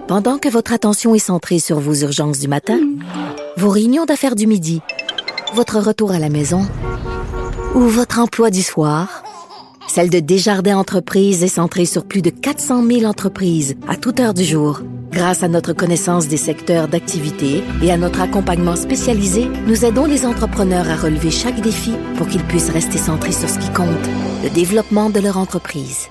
Pendant que votre attention est centrée sur vos urgences du matin, vos réunions d'affaires du midi, votre retour à la maison ou votre emploi du soir, celle de Desjardins Entreprises est centrée sur plus de 400 000 entreprises à toute heure du jour. Grâce à notre connaissance des secteurs d'activité et à notre accompagnement spécialisé, nous aidons les entrepreneurs à relever chaque défi pour qu'ils puissent rester centrés sur ce qui compte, le développement de leur entreprise.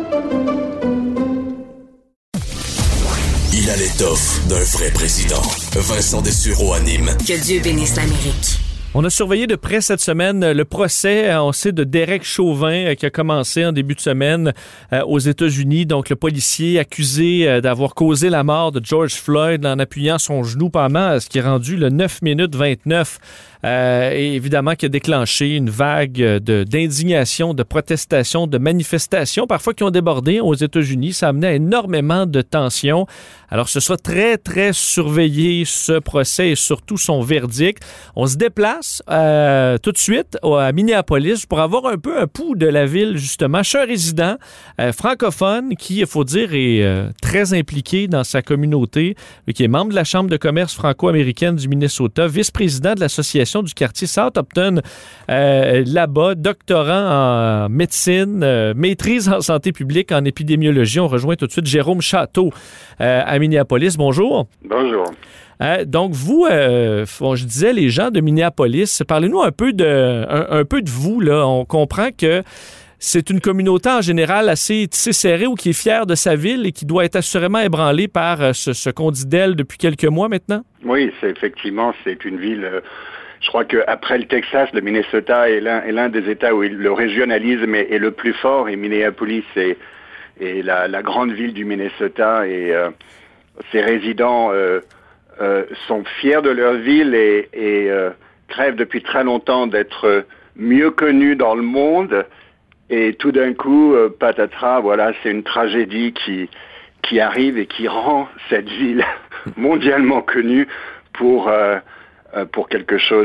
Il a l'étoffe d'un vrai président. Vincent Dessureau anime. Que Dieu bénisse l'Amérique. On a surveillé de près cette semaine le procès, on sait, de Derek Chauvin qui a commencé en début de semaine aux États-Unis. Donc, le policier accusé d'avoir causé la mort de George Floyd en appuyant son genou pendant ce qui est rendu le 9 minutes 29. Et évidemment, qui a déclenché une vague d'indignation, de protestation, de manifestations, parfois qui ont débordé aux États-Unis. Ça a amené à énormément de tensions. Alors, ce sera très, très surveillé, ce procès et surtout son verdict. On se déplace tout de suite à Minneapolis pour avoir un peu un pouls de la ville, justement. Je suis un résident francophone qui, il faut dire, est très impliqué dans sa communauté, qui est membre de la Chambre de commerce franco-américaine du Minnesota, vice-président de l'association du quartier Southampton, là-bas, doctorant en médecine, maîtrise en santé publique, en épidémiologie. On rejoint tout de suite Jérôme Château à Minneapolis. Bonjour. Bonjour. Donc, vous, je disais, les gens de Minneapolis, parlez-nous un peu de vous, là. On comprend que c'est une communauté en général assez tissée serrée ou qui est fière de sa ville et qui doit être assurément ébranlée par ce qu'on dit d'elle depuis quelques mois maintenant? Oui, c'est une ville... Je crois qu'après le Texas, le Minnesota est l'un des États où le régionalisme est le plus fort, et Minneapolis est la grande ville du Minnesota, et ses résidents sont fiers de leur ville et crèvent depuis très longtemps d'être mieux connus dans le monde. Et tout d'un coup, patatras, voilà, c'est une tragédie qui arrive et qui rend cette ville mondialement connue pour quelque chose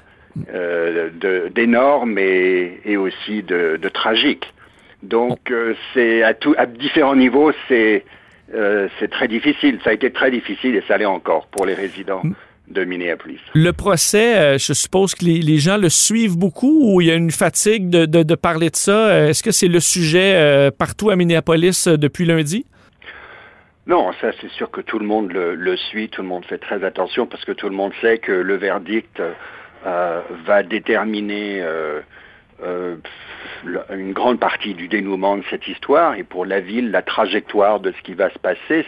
d'énorme et aussi de tragique. Donc c'est à différents niveaux, c'est très difficile. Ça a été très difficile et ça l'est encore pour les résidents de Minneapolis. Le procès, je suppose que les gens le suivent beaucoup ou il y a une fatigue de parler de ça? Est-ce que c'est le sujet partout à Minneapolis depuis lundi? Non, ça c'est sûr que tout le monde le suit, tout le monde fait très attention parce que tout le monde sait que le verdict va déterminer une grande partie du dénouement de cette histoire, et pour la ville, la trajectoire de ce qui va se passer,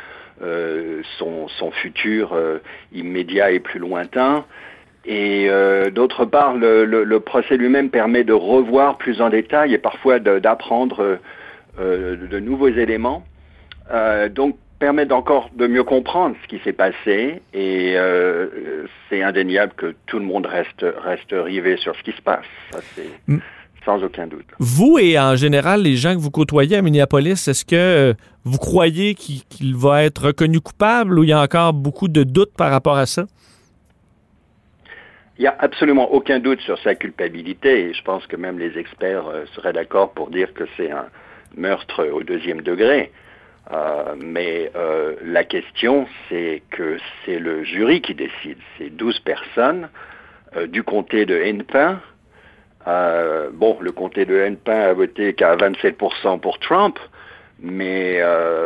son futur immédiat et plus lointain. Et d'autre part, le procès lui-même permet de revoir plus en détail et parfois d'apprendre de nouveaux éléments. Donc permet encore de mieux comprendre ce qui s'est passé, et c'est indéniable que tout le monde reste rivé sur ce qui se passe. Ça, c'est sans aucun doute. Vous et en général les gens que vous côtoyez à Minneapolis, est-ce que vous croyez qu'il va être reconnu coupable ou il y a encore beaucoup de doutes par rapport à ça? Il n'y a absolument aucun doute sur sa culpabilité, et je pense que même les experts seraient d'accord pour dire que c'est un meurtre au 2e degré. Mais la question, c'est que c'est le jury qui décide. C'est 12 personnes du comté de Hennepin. Le comté de Hennepin a voté qu'à 27% pour Trump, mais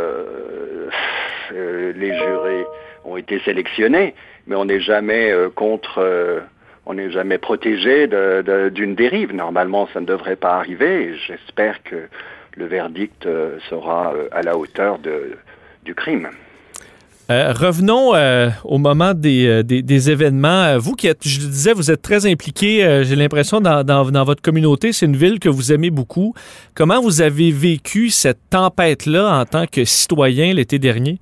les jurés ont été sélectionnés, mais on n'est jamais on n'est jamais protégé d'une dérive. Normalement, ça ne devrait pas arriver, et j'espère que le verdict sera à la hauteur du crime. Revenons au moment des événements. Vous qui êtes, je le disais, vous êtes très impliqué, j'ai l'impression, dans votre communauté. C'est une ville que vous aimez beaucoup. Comment vous avez vécu cette tempête-là en tant que citoyen l'été dernier?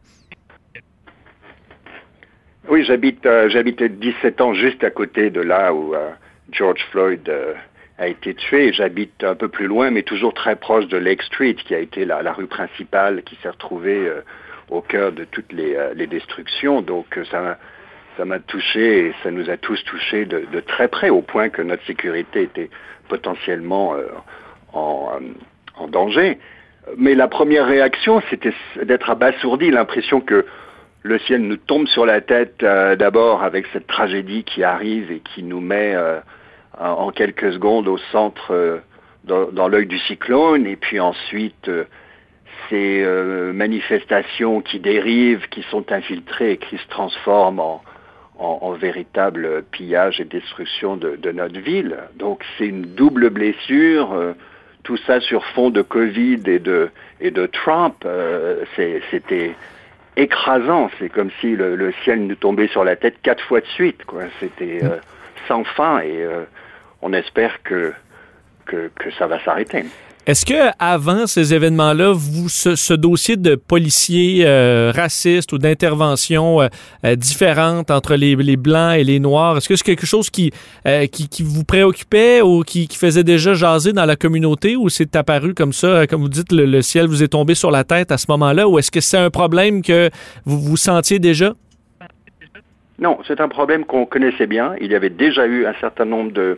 Oui, j'habite 17 ans juste à côté de là où George Floyd a été tué. J'habite un peu plus loin, mais toujours très proche de Lake Street, qui a été la rue principale qui s'est retrouvée au cœur de toutes les destructions. Donc ça m'a touché, et ça nous a tous touchés de très près, au point que notre sécurité était potentiellement en danger. Mais la première réaction, c'était d'être abasourdi, l'impression que le ciel nous tombe sur la tête d'abord avec cette tragédie qui arrive et qui nous met en quelques secondes au centre, dans l'œil du cyclone, et puis ensuite ces manifestations qui dérivent, qui sont infiltrées et qui se transforment en véritable pillage et destruction de notre ville. Donc c'est une double blessure, tout ça sur fond de Covid et de Trump, c'était écrasant. C'est comme si le ciel nous tombait sur la tête 4 fois de suite, quoi. C'était sans fin, et on espère que ça va s'arrêter. Est-ce que avant ces événements-là, ce dossier de policiers racistes ou d'intervention différentes entre les blancs et les noirs, est-ce que c'est quelque chose qui vous préoccupait ou qui faisait déjà jaser dans la communauté, ou c'est apparu comme ça, comme vous dites, le ciel vous est tombé sur la tête à ce moment-là, ou est-ce que c'est un problème que vous sentiez déjà? Non, c'est un problème qu'on connaissait bien. Il y avait déjà eu un certain nombre de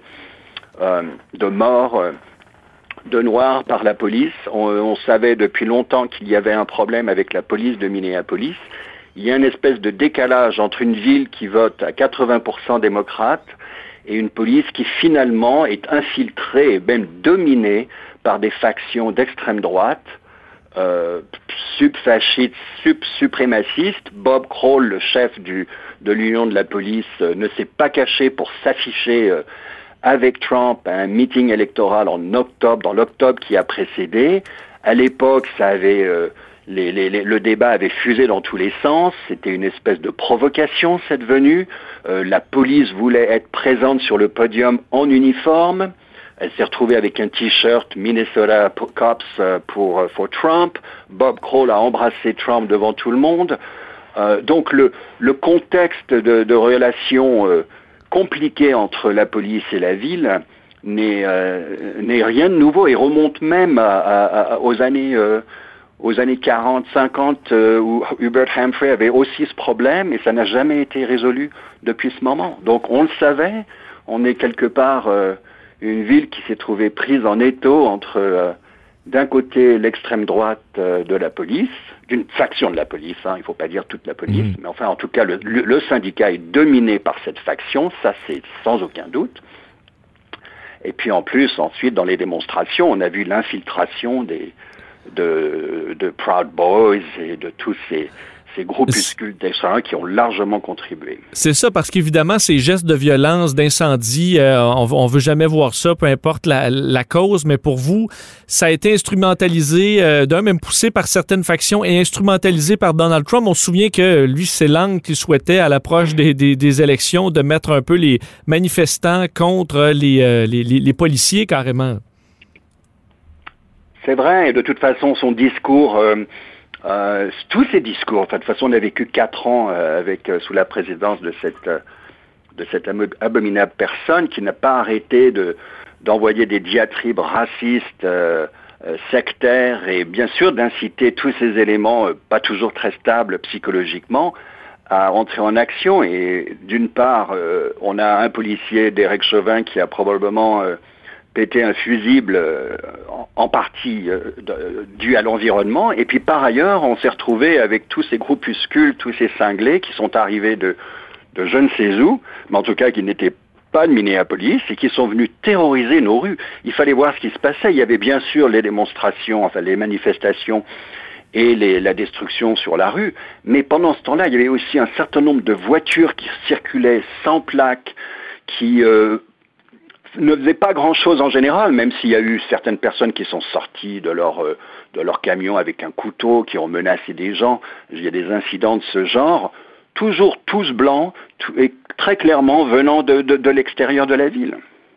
morts de Noirs par la police. On savait depuis longtemps qu'il y avait un problème avec la police de Minneapolis. Il y a une espèce de décalage entre une ville qui vote à 80% démocrate et une police qui finalement est infiltrée et même dominée par des factions d'extrême droite, subfascistes, suprémacistes. Bob Kroll, le chef de l'Union de la police, ne s'est pas caché pour s'afficher avec Trump à un meeting électoral en octobre, dans l'octobre qui a précédé. À l'époque, le débat avait fusé dans tous les sens. C'était une espèce de provocation, cette venue. La police voulait être présente sur le podium en uniforme. Elle s'est retrouvée avec un t-shirt Minnesota Cops pour Trump. Bob Kroll a embrassé Trump devant tout le monde. Donc le contexte de relations compliqué entre la police et la ville n'est rien de nouveau et remonte même aux années 40, 50 où Hubert Humphrey avait aussi ce problème, et ça n'a jamais été résolu depuis ce moment. Donc on le savait, on est quelque part une ville qui s'est trouvée prise en étau entre d'un côté l'extrême droite de la police, d'une faction de la police, il ne faut pas dire toute la police, mais enfin en tout cas le syndicat est dominé par cette faction, ça c'est sans aucun doute. Et puis en plus, ensuite, dans les démonstrations, on a vu l'infiltration de Proud Boys et de tous ces groupuscules d'extrême qui ont largement contribué. C'est ça, parce qu'évidemment, ces gestes de violence, d'incendie, on veut jamais voir ça, peu importe la cause, mais pour vous, ça a été instrumentalisé, même poussé par certaines factions et instrumentalisé par Donald Trump. On se souvient que lui, c'est l'angle qu'il souhaitait à l'approche des élections, de mettre un peu les manifestants contre les policiers, carrément. C'est vrai, et de toute façon, son discours... tous ces discours, enfin, de toute façon, on a vécu 4 ans sous la présidence de cette abominable personne qui n'a pas arrêté d'envoyer des diatribes racistes, sectaires, et bien sûr d'inciter tous ces éléments, pas toujours très stables psychologiquement, à entrer en action. Et d'une part, on a un policier, Derek Chauvin, qui a probablement pété un fusible en partie dû à l'environnement. Et puis par ailleurs, on s'est retrouvé avec tous ces groupuscules, tous ces cinglés qui sont arrivés de je ne sais où, mais en tout cas qui n'étaient pas de Minneapolis et qui sont venus terroriser nos rues. Il fallait voir ce qui se passait. Il y avait bien sûr les démonstrations, enfin les manifestations et la destruction sur la rue, mais pendant ce temps-là, il y avait aussi un certain nombre de voitures qui circulaient sans plaque, qui ne faisaient pas grand-chose en général, même s'il y a eu certaines personnes qui sont sorties de leur camion avec un couteau, qui ont menacé des gens. Il y a des incidents de ce genre, toujours tous blancs, et très clairement venant de l'extérieur de la ville.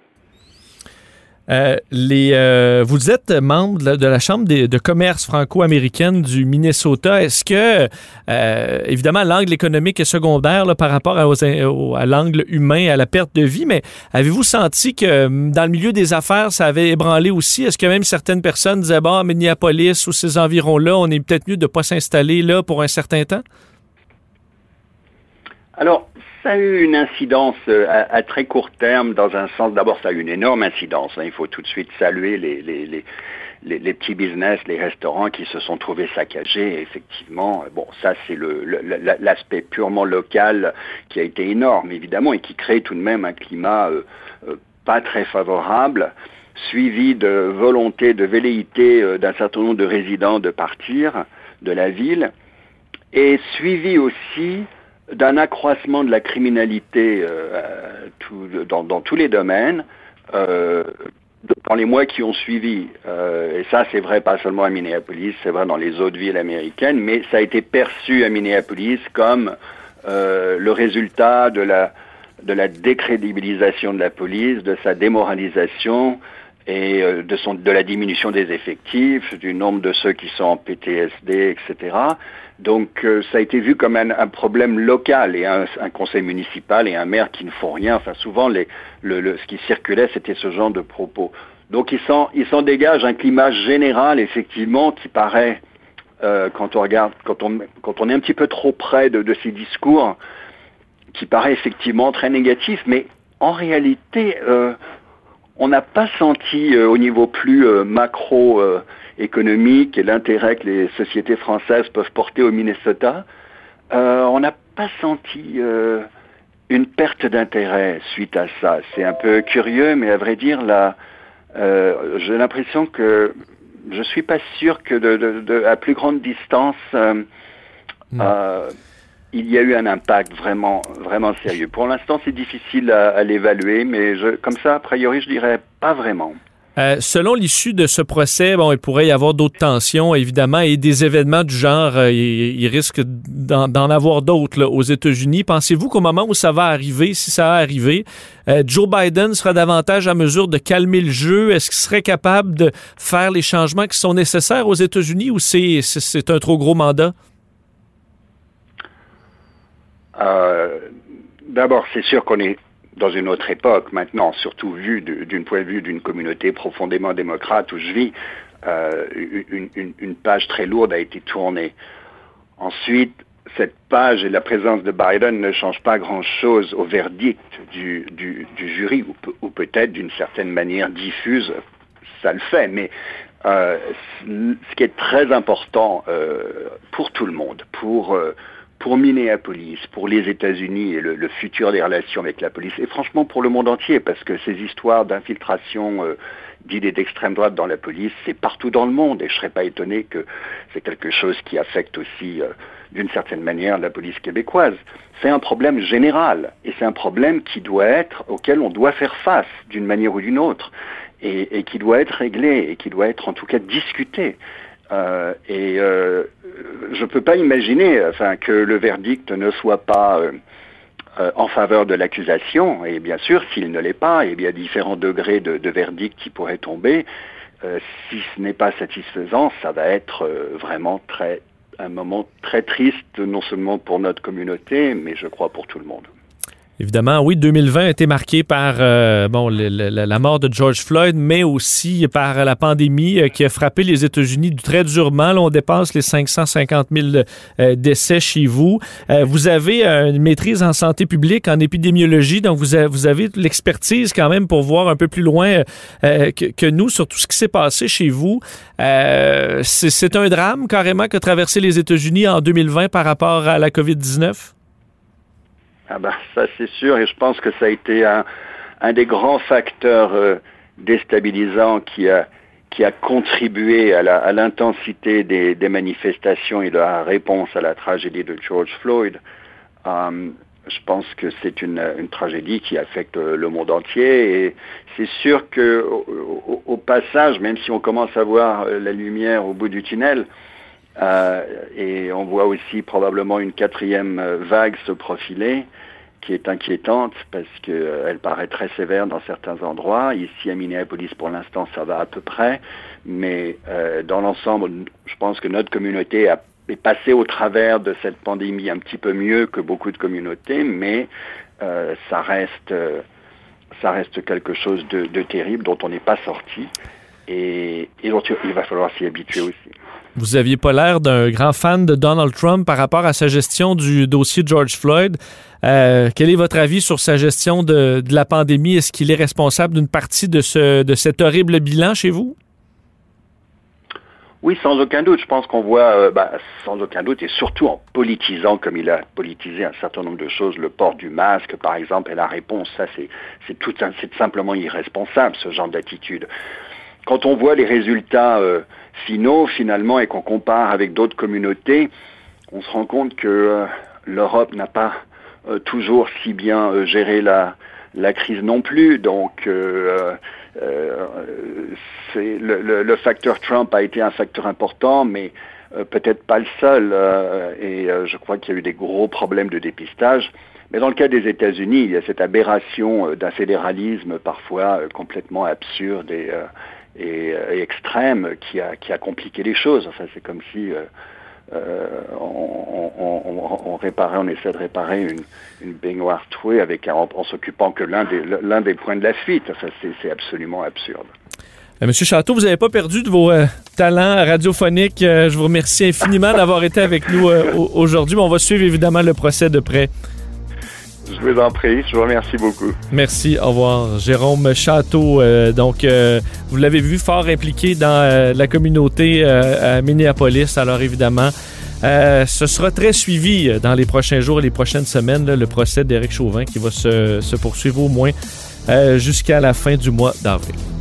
Vous êtes membre de la Chambre de commerce franco-américaine du Minnesota. Est-ce que, évidemment, l'angle économique est secondaire là, par rapport à l'angle humain, à la perte de vie, mais avez-vous senti que dans le milieu des affaires, ça avait ébranlé aussi? Est-ce que même certaines personnes disaient, à Minneapolis ou ces environs-là, on est peut-être mieux de ne pas s'installer là pour un certain temps? Alors, ça a eu une incidence à très court terme, dans un sens. D'abord, ça a eu une énorme incidence. Il faut tout de suite saluer les petits business, les restaurants qui se sont trouvés saccagés. Et effectivement, bon, ça c'est l'aspect purement local qui a été énorme, évidemment, et qui crée tout de même un climat pas très favorable, suivi de volonté, de velléité d'un certain nombre de résidents de partir de la ville, et suivi aussi d'un accroissement de la criminalité dans tous les domaines dans les mois qui ont suivi. Et ça, c'est vrai pas seulement à Minneapolis, c'est vrai dans les autres villes américaines, mais ça a été perçu à Minneapolis comme le résultat de la décrédibilisation de la police, de sa démoralisation et de la diminution des effectifs, du nombre de ceux qui sont en PTSD, etc. Donc ça a été vu comme un problème local, et un conseil municipal et un maire qui ne font rien. Enfin, souvent ce qui circulait, c'était ce genre de propos. Donc il s'en dégage un climat général, effectivement, qui paraît quand on est un petit peu trop près de ces discours, qui paraît effectivement très négatif, mais en réalité on n'a pas senti au niveau plus macro-économique et l'intérêt que les sociétés françaises peuvent porter au Minnesota, on n'a pas senti une perte d'intérêt suite à ça. C'est un peu curieux, mais à vrai dire, là, j'ai l'impression que je suis pas sûr que à plus grande distance, il y a eu un impact vraiment, vraiment sérieux. Pour l'instant, c'est difficile à l'évaluer, mais comme ça, a priori, je dirais pas vraiment. Selon l'issue de ce procès, il pourrait y avoir d'autres tensions, évidemment, et des événements du genre, il risque d'en avoir d'autres là, aux États-Unis. Pensez-vous qu'au moment où ça va arriver, si ça va arriver, Joe Biden sera davantage à mesure de calmer le jeu? Est-ce qu'il serait capable de faire les changements qui sont nécessaires aux États-Unis, ou c'est un trop gros mandat? D'abord, c'est sûr qu'on est dans une autre époque maintenant, surtout vu d'un point de vue d'une communauté profondément démocrate où je vis. Une page très lourde a été tournée. Ensuite, cette page et la présence de Biden ne changent pas grand-chose au verdict du jury, ou peut-être d'une certaine manière diffuse, ça le fait, mais ce qui est très important pour tout le monde, pour Minneapolis, pour les États-Unis et le futur des relations avec la police, et franchement pour le monde entier, parce que ces histoires d'infiltration d'idées d'extrême droite dans la police, c'est partout dans le monde, et je ne serais pas étonné que c'est quelque chose qui affecte aussi, d'une certaine manière, la police québécoise. C'est un problème général, et c'est un problème auquel on doit faire face, d'une manière ou d'une autre, et qui doit être réglé, et qui doit être en tout cas discuté. Je peux pas imaginer, que le verdict ne soit pas en faveur de l'accusation. Et bien sûr, s'il ne l'est pas, il y a différents degrés de verdict qui pourraient tomber. Si ce n'est pas satisfaisant, ça va être vraiment un moment très triste, non seulement pour notre communauté, mais je crois pour tout le monde. Évidemment, oui, 2020 a été marqué par la mort de George Floyd, mais aussi par la pandémie qui a frappé les États-Unis très durement. Là, on dépasse les 550 000 décès chez vous. Vous avez une maîtrise en santé publique, en épidémiologie, donc vous avez l'expertise quand même pour voir un peu plus loin que nous sur tout ce qui s'est passé chez vous. C'est un drame carrément qu'a traversé les États-Unis en 2020 par rapport à la COVID-19? Ça c'est sûr, et je pense que ça a été un des grands facteurs déstabilisants qui a contribué à l'intensité des manifestations et de la réponse à la tragédie de George Floyd. Je pense que c'est une tragédie qui affecte le monde entier, et c'est sûr que au passage, même si on commence à voir la lumière au bout du tunnel, et on voit aussi probablement une quatrième vague se profiler, qui est inquiétante parce qu'elle paraît très sévère dans certains endroits. Ici à Minneapolis, pour l'instant, ça va à peu près, mais dans l'ensemble, je pense que notre communauté est passée au travers de cette pandémie un petit peu mieux que beaucoup de communautés, mais ça reste quelque chose de terrible dont on n'est pas sorti, et dont il va falloir s'y habituer aussi. Vous aviez pas l'air d'un grand fan de Donald Trump par rapport à sa gestion du dossier George Floyd. Quel est votre avis sur sa gestion de la pandémie? Est-ce qu'il est responsable d'une partie de cet horrible bilan chez vous? Oui, sans aucun doute. Je pense qu'on voit, sans aucun doute, et surtout en politisant, comme il a politisé un certain nombre de choses, le port du masque, par exemple, et la réponse, ça, c'est simplement irresponsable, ce genre d'attitude. Quand on voit les résultats finaux, finalement, et qu'on compare avec d'autres communautés, on se rend compte que l'Europe n'a pas toujours si bien géré la crise non plus. Donc, le facteur Trump a été un facteur important, mais peut-être pas le seul. Je crois qu'il y a eu des gros problèmes de dépistage. Mais dans le cas des États-Unis, il y a cette aberration d'un fédéralisme parfois complètement absurde et extrême qui a compliqué les choses. Enfin, c'est comme si on essaie de réparer une baignoire trouée en s'occupant que l'un des points de la fuite. Enfin, c'est absolument absurde. Monsieur Château, vous n'avez pas perdu de vos talents radiophoniques. Je vous remercie infiniment d'avoir été avec nous aujourd'hui. On va suivre évidemment le procès de près. Je vous en prie, je vous remercie beaucoup. Merci, au revoir. Jérôme Château, vous l'avez vu, fort impliqué dans la communauté à Minneapolis. Alors évidemment, ce sera très suivi dans les prochains jours et les prochaines semaines, le procès d'Éric Chauvin qui va se poursuivre au moins jusqu'à la fin du mois d'avril.